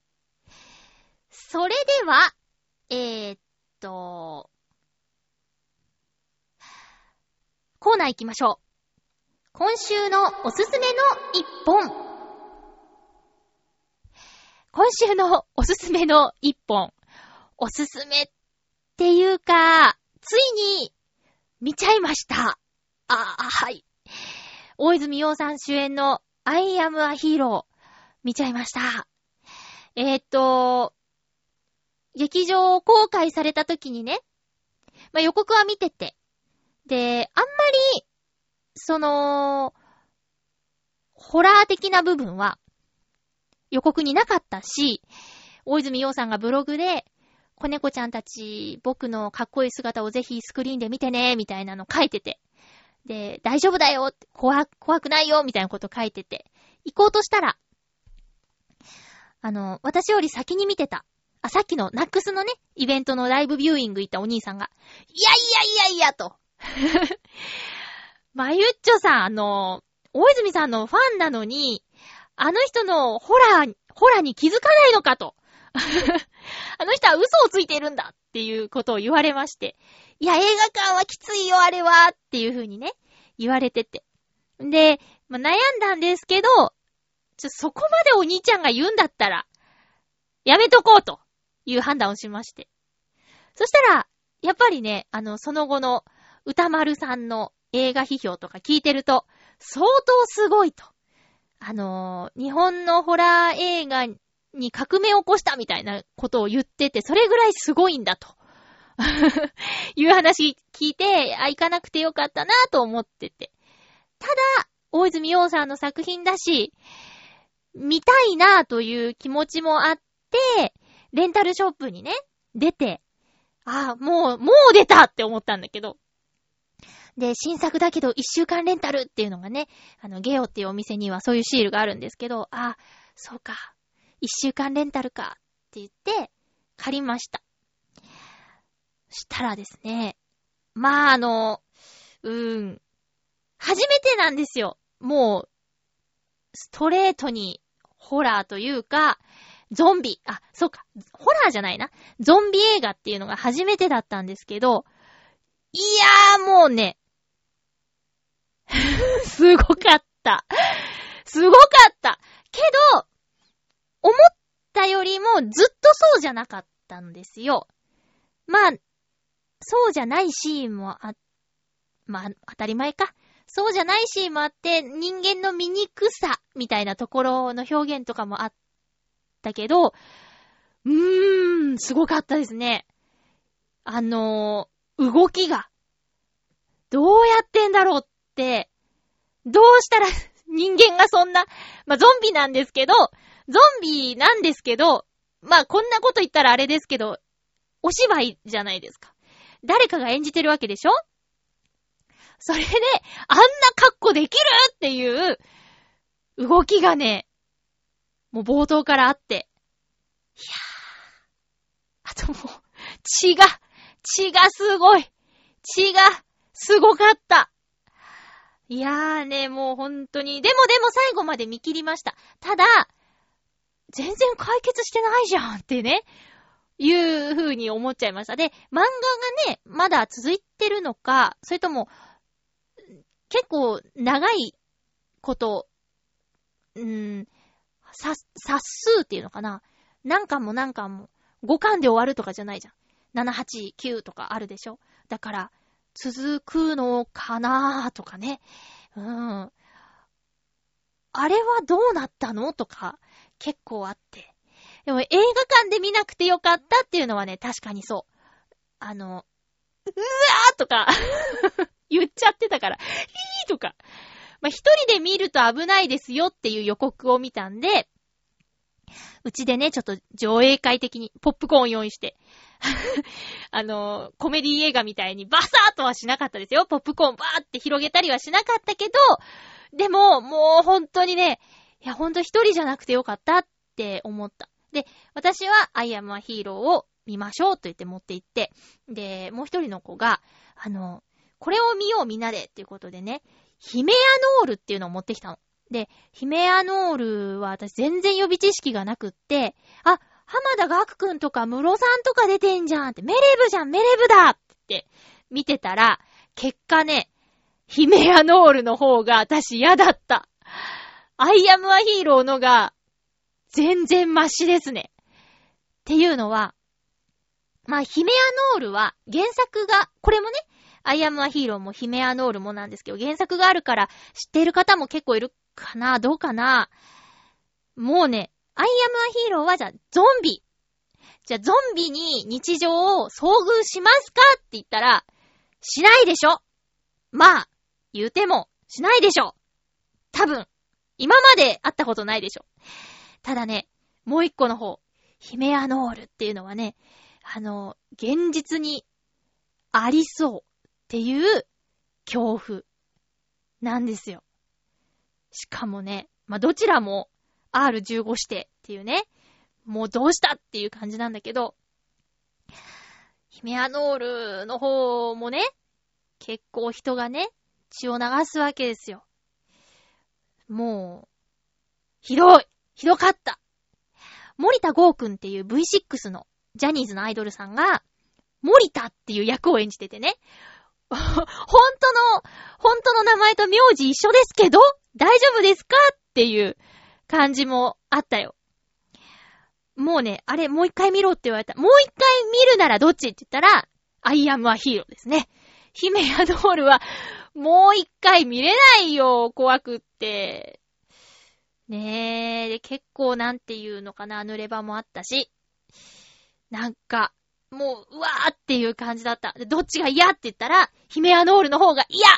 それでは、えー、っと、コーナー行きましょう。今週のおすすめの一本。今週のおすすめの一本。おすすめっていうか、ついに見ちゃいました。あー、はい。大泉洋さん主演の I am a hero 見ちゃいました。えー、っと、劇場公開された時にね、まあ、予告は見てて。で、あんまりその、ホラー的な部分は予告になかったし、大泉洋さんがブログで、子猫ちゃんたち、僕のかっこいい姿をぜひスクリーンで見てね、みたいなの書いてて。で、大丈夫だよ、怖、怖くないよ、みたいなこと書いてて。行こうとしたら、あの、私より先に見てた。あ、さっきのナックスのね、イベントのライブビューイング行ったお兄さんが、いやいやいやいや、と。まゆっちょさん、あの、大泉さんのファンなのに、あの人のホラー、ホラーに気づかないのかと。あの人は嘘をついてるんだっていうことを言われまして。いや、映画館はきついよ、あれはっていう風にね、言われてて。で、まあ、悩んだんですけど、ちょそこまでお兄ちゃんが言うんだったら、やめとこうという判断をしまして。そしたら、やっぱりね、あの、その後の歌丸さんの映画批評とか聞いてると、相当すごいと。あのー、日本のホラー映画に革命を起こしたみたいなことを言ってて、それぐらいすごいんだと。いう話聞いて、あ、行かなくてよかったなと思ってて。ただ、大泉洋さんの作品だし、見たいなという気持ちもあって、レンタルショップにね、出て、あ、もう、もう出たって思ったんだけど。で、新作だけど一週間レンタルっていうのがね、あの、ゲオっていうお店にはそういうシールがあるんですけど、あ、そうか。一週間レンタルかって言って、借りました。したらですね、まああの、うーん、初めてなんですよ。もう、ストレートにホラーというか、ゾンビ、あ、そうか、ホラーじゃないな。ゾンビ映画っていうのが初めてだったんですけど、いやーもうね、すごかった。すごかった。けど、思ったよりもずっとそうじゃなかったんですよ。まあ、そうじゃないシーンもあ、まあ、当たり前か。そうじゃないシーンもあって、人間の醜さみたいなところの表現とかもあったけど、うーん、すごかったですね。あのー、動きが、どうやってんだろうって、どうしたら人間がそんな、まあ、ゾンビなんですけど、ゾンビなんですけど、まあ、こんなこと言ったらあれですけど、お芝居じゃないですか。誰かが演じてるわけでしょ？それで、あんな格好できるっていう動きがね、もう冒頭からあって。いやー。あともう、血が、血がすごい。血がすごかった。いやーね、もう本当に。でもでも最後まで見切りました。ただ、全然解決してないじゃんってね、いう風に思っちゃいました。で、漫画がね、まだ続いてるのか、それとも、結構長いこと、うーん、冊数っていうのかな。何巻も何巻もごかんで終わるとかじゃないじゃん。なな、はち、きゅうとかあるでしょ。だから続くのかなーとかね。うん。あれはどうなったのとか結構あって。でも映画館で見なくてよかったっていうのはね、確かにそう。あの、うわーとか言っちゃってたから、ヒーとか。まあ、一人で見ると危ないですよっていう予告を見たんで、うちでね、ちょっと上映会的にポップコーン用意して、あの、コメディ映画みたいにバサーとはしなかったですよ。ポップコーンバーって広げたりはしなかったけど、でも、もう本当にね、いや本当一人じゃなくてよかったって思った。で、私はアイアムアヒーローを見ましょうと言って持って行って、で、もう一人の子が、あの、これを見ようみんなでっていうことでね、ヒメアノールっていうのを持ってきたの。で、ヒメアノールは私全然予備知識がなくって、あ、浜田岳くんとかムロさんとか出てんじゃんって、メレブじゃん、メレブだって見てたら、結果ね、ヒメアノールの方が私嫌だった。アイアムアヒーローのが全然マシですね。っていうのは、まあ、ヒメアノールは原作が、これもね、アイアムアヒーローもヒメアノールもなんですけど、原作があるから知っている方も結構いるかな、どうかな。もうね、アイアムアヒーローはじゃあゾンビ。じゃあゾンビに日常を遭遇しますかって言ったら、しないでしょ。まあ、言うても、 しないでしょ。多分。今まで会ったことないでしょ。ただね、もう一個の方、ヒメアノールっていうのはね、あの、現実にありそうっていう恐怖なんですよ。しかもね、まあ、どちらも アールじゅうご 指定っていうね、もうどうしたっていう感じなんだけど、ヒメアノールの方もね、結構人がね、血を流すわけですよ。もう、ひどいひどかった森田剛くんっていう ブイシックス のジャニーズのアイドルさんが、森田っていう役を演じててね、本当の、本当の名前と名字一緒ですけど、大丈夫ですかっていう感じもあったよ。もうね、あれ、もう一回見ろって言われた。もう一回見るならどっちって言ったら、アイアムアヒーローですね。ヒメアノールは、もう一回見れないよ、怖くって。ねえ、で、結構なんていうのかな、濡れ場もあったし、なんか、もう、うわーっていう感じだった。で、どっちが嫌って言ったら、ヒメアノールの方が嫌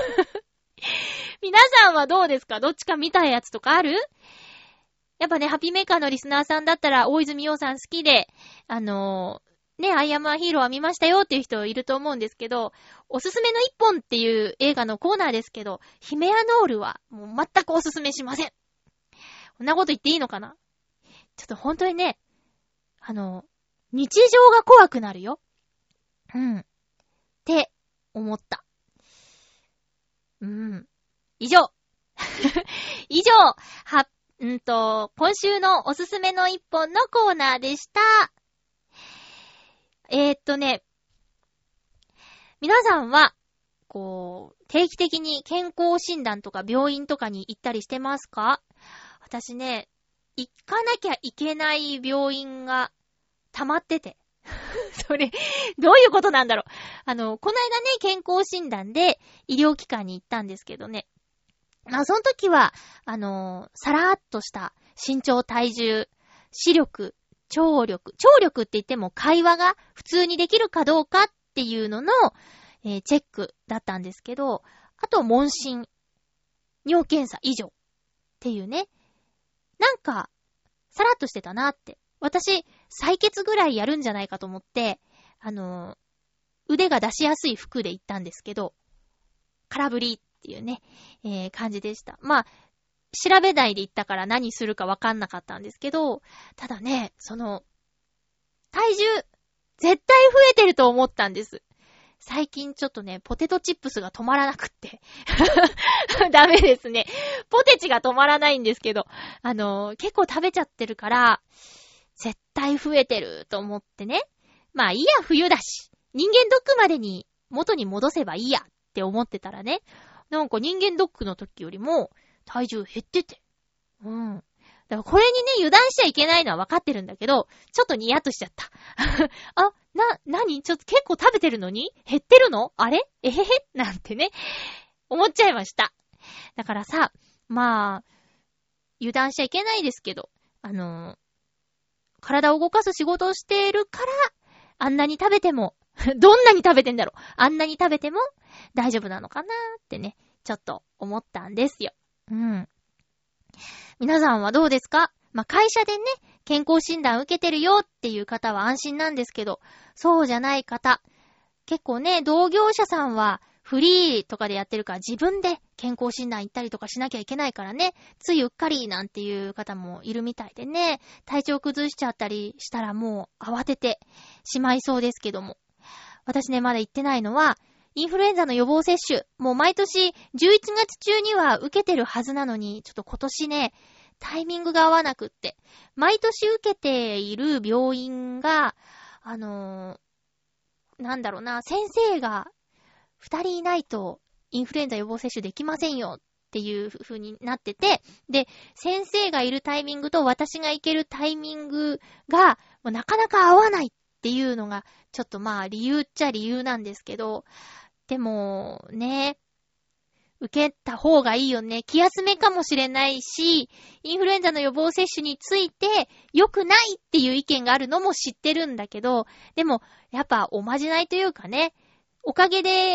皆さんはどうですか？どっちか見たやつとかある？やっぱね、ハッピーメーカーのリスナーさんだったら、大泉洋さん好きで、あのー、ね、アイアムアヒーローは見ましたよっていう人いると思うんですけど、おすすめの一本っていう映画のコーナーですけど、ヒメアノールはもう全くおすすめしません。こんなこと言っていいのかな？ちょっと本当にね、あの、日常が怖くなるよ。うん。って思った。うん。以上。以上、は、んと、今週のおすすめの一本のコーナーでした。えーっとね、皆さんは、こう、定期的に健康診断とか病院とかに行ったりしてますか？私ね、行かなきゃいけない病院が溜まってて。それ、どういうことなんだろう。あの、この間ね、健康診断で医療機関に行ったんですけどね。まあ、その時は、あの、さらーっとした身長、体重、視力、聴力。聴力って言っても会話が普通にできるかどうかっていうのの、えー、チェックだったんですけど、あと問診、尿検査以上っていうね。なんか、さらっとしてたなって。私、採血ぐらいやるんじゃないかと思って、あのー、腕が出しやすい服で行ったんですけど、空振りっていうね、えー、感じでした。まあ、調べないで行ったから何するかわかんなかったんですけど、ただね、その、体重、絶対増えてると思ったんです。最近ちょっとね、ポテトチップスが止まらなくって。ダメですね。ポテチが止まらないんですけど、あのー、結構食べちゃってるから、絶対増えてると思ってね。まあいいや、冬だし。人間ドックまでに元に戻せばいいやって思ってたらね。なんか人間ドックの時よりも体重減ってて。うん。だからこれにね、油断しちゃいけないのは分かってるんだけど、ちょっとニヤッとしちゃった。あ、な、なに？ちょっと結構食べてるのに減ってるの？あれ？えへへなんてね、思っちゃいました。だからさ、まあ、油断しちゃいけないですけど、あのー、体を動かす仕事をしているから、あんなに食べても、どんなに食べてんだろう。あんなに食べても大丈夫なのかなってね、ちょっと思ったんですよ。うん。皆さんはどうですか？まあ、会社でね、健康診断受けてるよっていう方は安心なんですけど、そうじゃない方、結構ね、同業者さんはフリーとかでやってるから自分で健康診断行ったりとかしなきゃいけないからね、ついうっかりなんていう方もいるみたいでね、体調崩しちゃったりしたらもう慌ててしまいそうですけども。私ね、まだ行ってないのは、インフルエンザの予防接種、もう毎年じゅういちがつ中には受けてるはずなのに、ちょっと今年ね、タイミングが合わなくって、毎年受けている病院が、あのー、なんだろうな、先生が二人いないとインフルエンザ予防接種できませんよっていう風になってて、で、先生がいるタイミングと私が行けるタイミングがもうなかなか合わないっていうのが、ちょっとまあ理由っちゃ理由なんですけど、でもね、受けた方がいいよね。気休めかもしれないし、インフルエンザの予防接種について良くないっていう意見があるのも知ってるんだけど、でもやっぱおまじないというかね、おかげで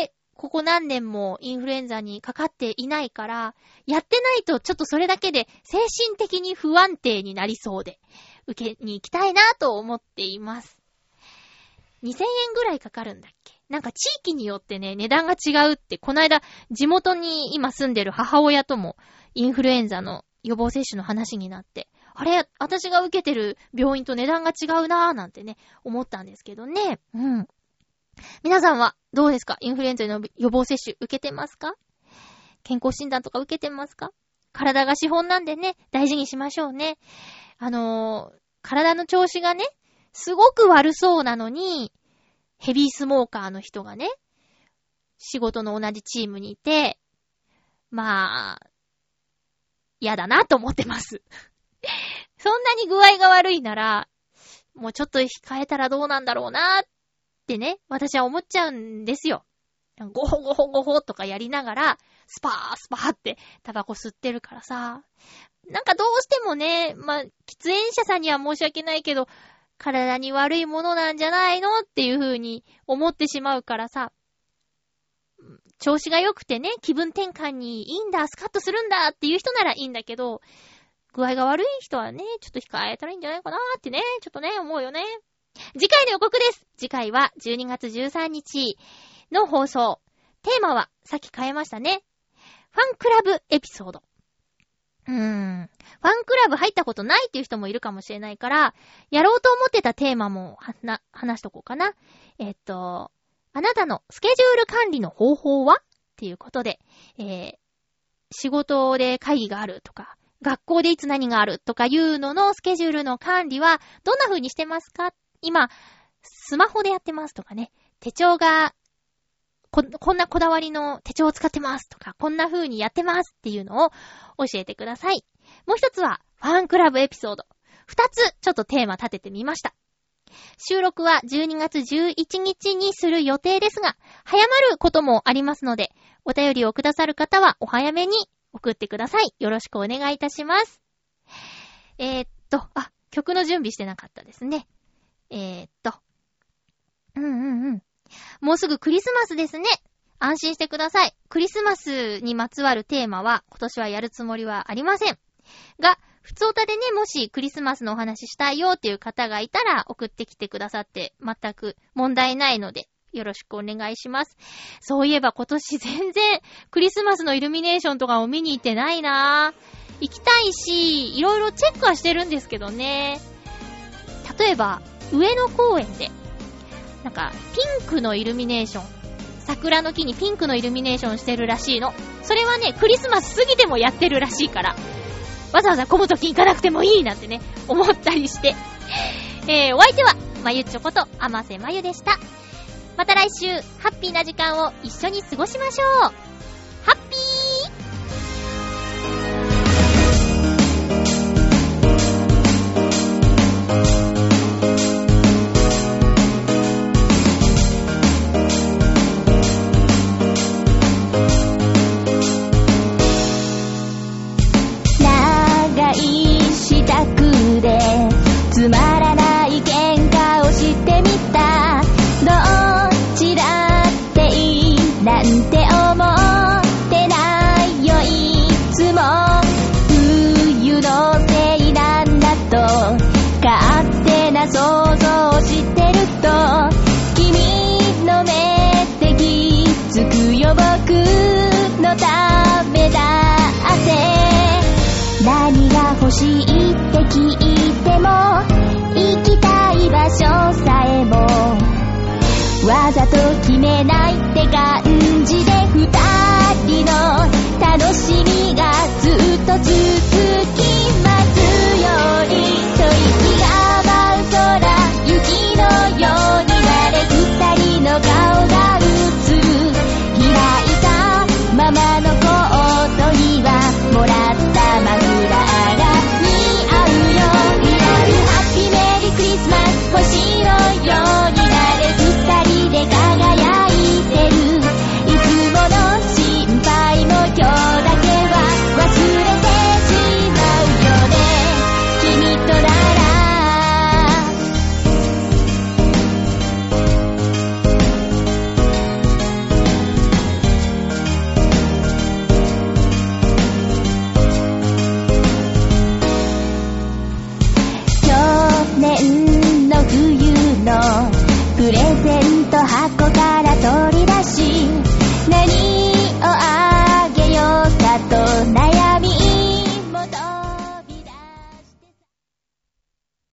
ここ何年もインフルエンザにかかっていないから、やってないとちょっとそれだけで精神的に不安定になりそうで、受けに行きたいなと思っています。にせんえんぐらいかかるんだっけ？なんか地域によってね、値段が違うって、この間地元に今住んでる母親ともインフルエンザの予防接種の話になって、あれ、私が受けてる病院と値段が違うなーなんてね、思ったんですけどね。うん。皆さんはどうですか？インフルエンザの予防接種受けてますか？健康診断とか受けてますか？体が資本なんでね、大事にしましょうね。あのー、体の調子がね、すごく悪そうなのに、ヘビースモーカーの人がね、仕事の同じチームにいて、まあ、嫌だなと思ってます。そんなに具合が悪いなら、もうちょっと控えたらどうなんだろうなってね、私は思っちゃうんですよ。ゴホゴホゴホとかやりながら、スパースパーってタバコ吸ってるからさ、なんかどうしてもね、まあ、喫煙者さんには申し訳ないけど、体に悪いものなんじゃないのっていう風に思ってしまうからさ、調子が良くてね、気分転換にいいんだ、スカッとするんだっていう人ならいいんだけど、具合が悪い人はね、ちょっと控えたらいいんじゃないかなーってね、ちょっとね、思うよね。次回の予告です。次回はじゅうにがつじゅうさんにちの放送。テーマは、さっき変えましたね。ファンクラブエピソード。うーん。ファンクラブ入ったことないっていう人もいるかもしれないから、やろうと思ってたテーマもはな話しとこうかな。えっと、あなたのスケジュール管理の方法はっていうことで、えー、仕事で会議があるとか、学校でいつ何があるとかいうののスケジュールの管理はどんな風にしてますか？今、スマホでやってますとかね、手帳がこ、こんなこだわりの手帳を使ってますとか、こんな風にやってますっていうのを教えてください。もう一つは、ファンクラブエピソード。二つ、ちょっとテーマ立ててみました。収録はじゅうにがつじゅういちにちにする予定ですが、早まることもありますので、お便りをくださる方はお早めに送ってください。よろしくお願いいたします。えー、っと、あ、曲の準備してなかったですね。えー、っと、うんうんうん。もうすぐクリスマスですね。安心してください。クリスマスにまつわるテーマは今年はやるつもりはありません。が、ふつおたでね、もしクリスマスのお話したいよっていう方がいたら送ってきてくださって全く問題ないのでよろしくお願いします。そういえば今年全然クリスマスのイルミネーションとかを見に行ってないなぁ。行きたいし、いろいろチェックはしてるんですけどね。例えば、上野公園でなんかピンクのイルミネーション、桜の木にピンクのイルミネーションしてるらしいの。それはね、クリスマス過ぎてもやってるらしいから、わざわざ混むとき行かなくてもいいなんてね、思ったりして。えー、お相手は、まゆちょことあませまゆでした。また来週、ハッピーな時間を一緒に過ごしましょう。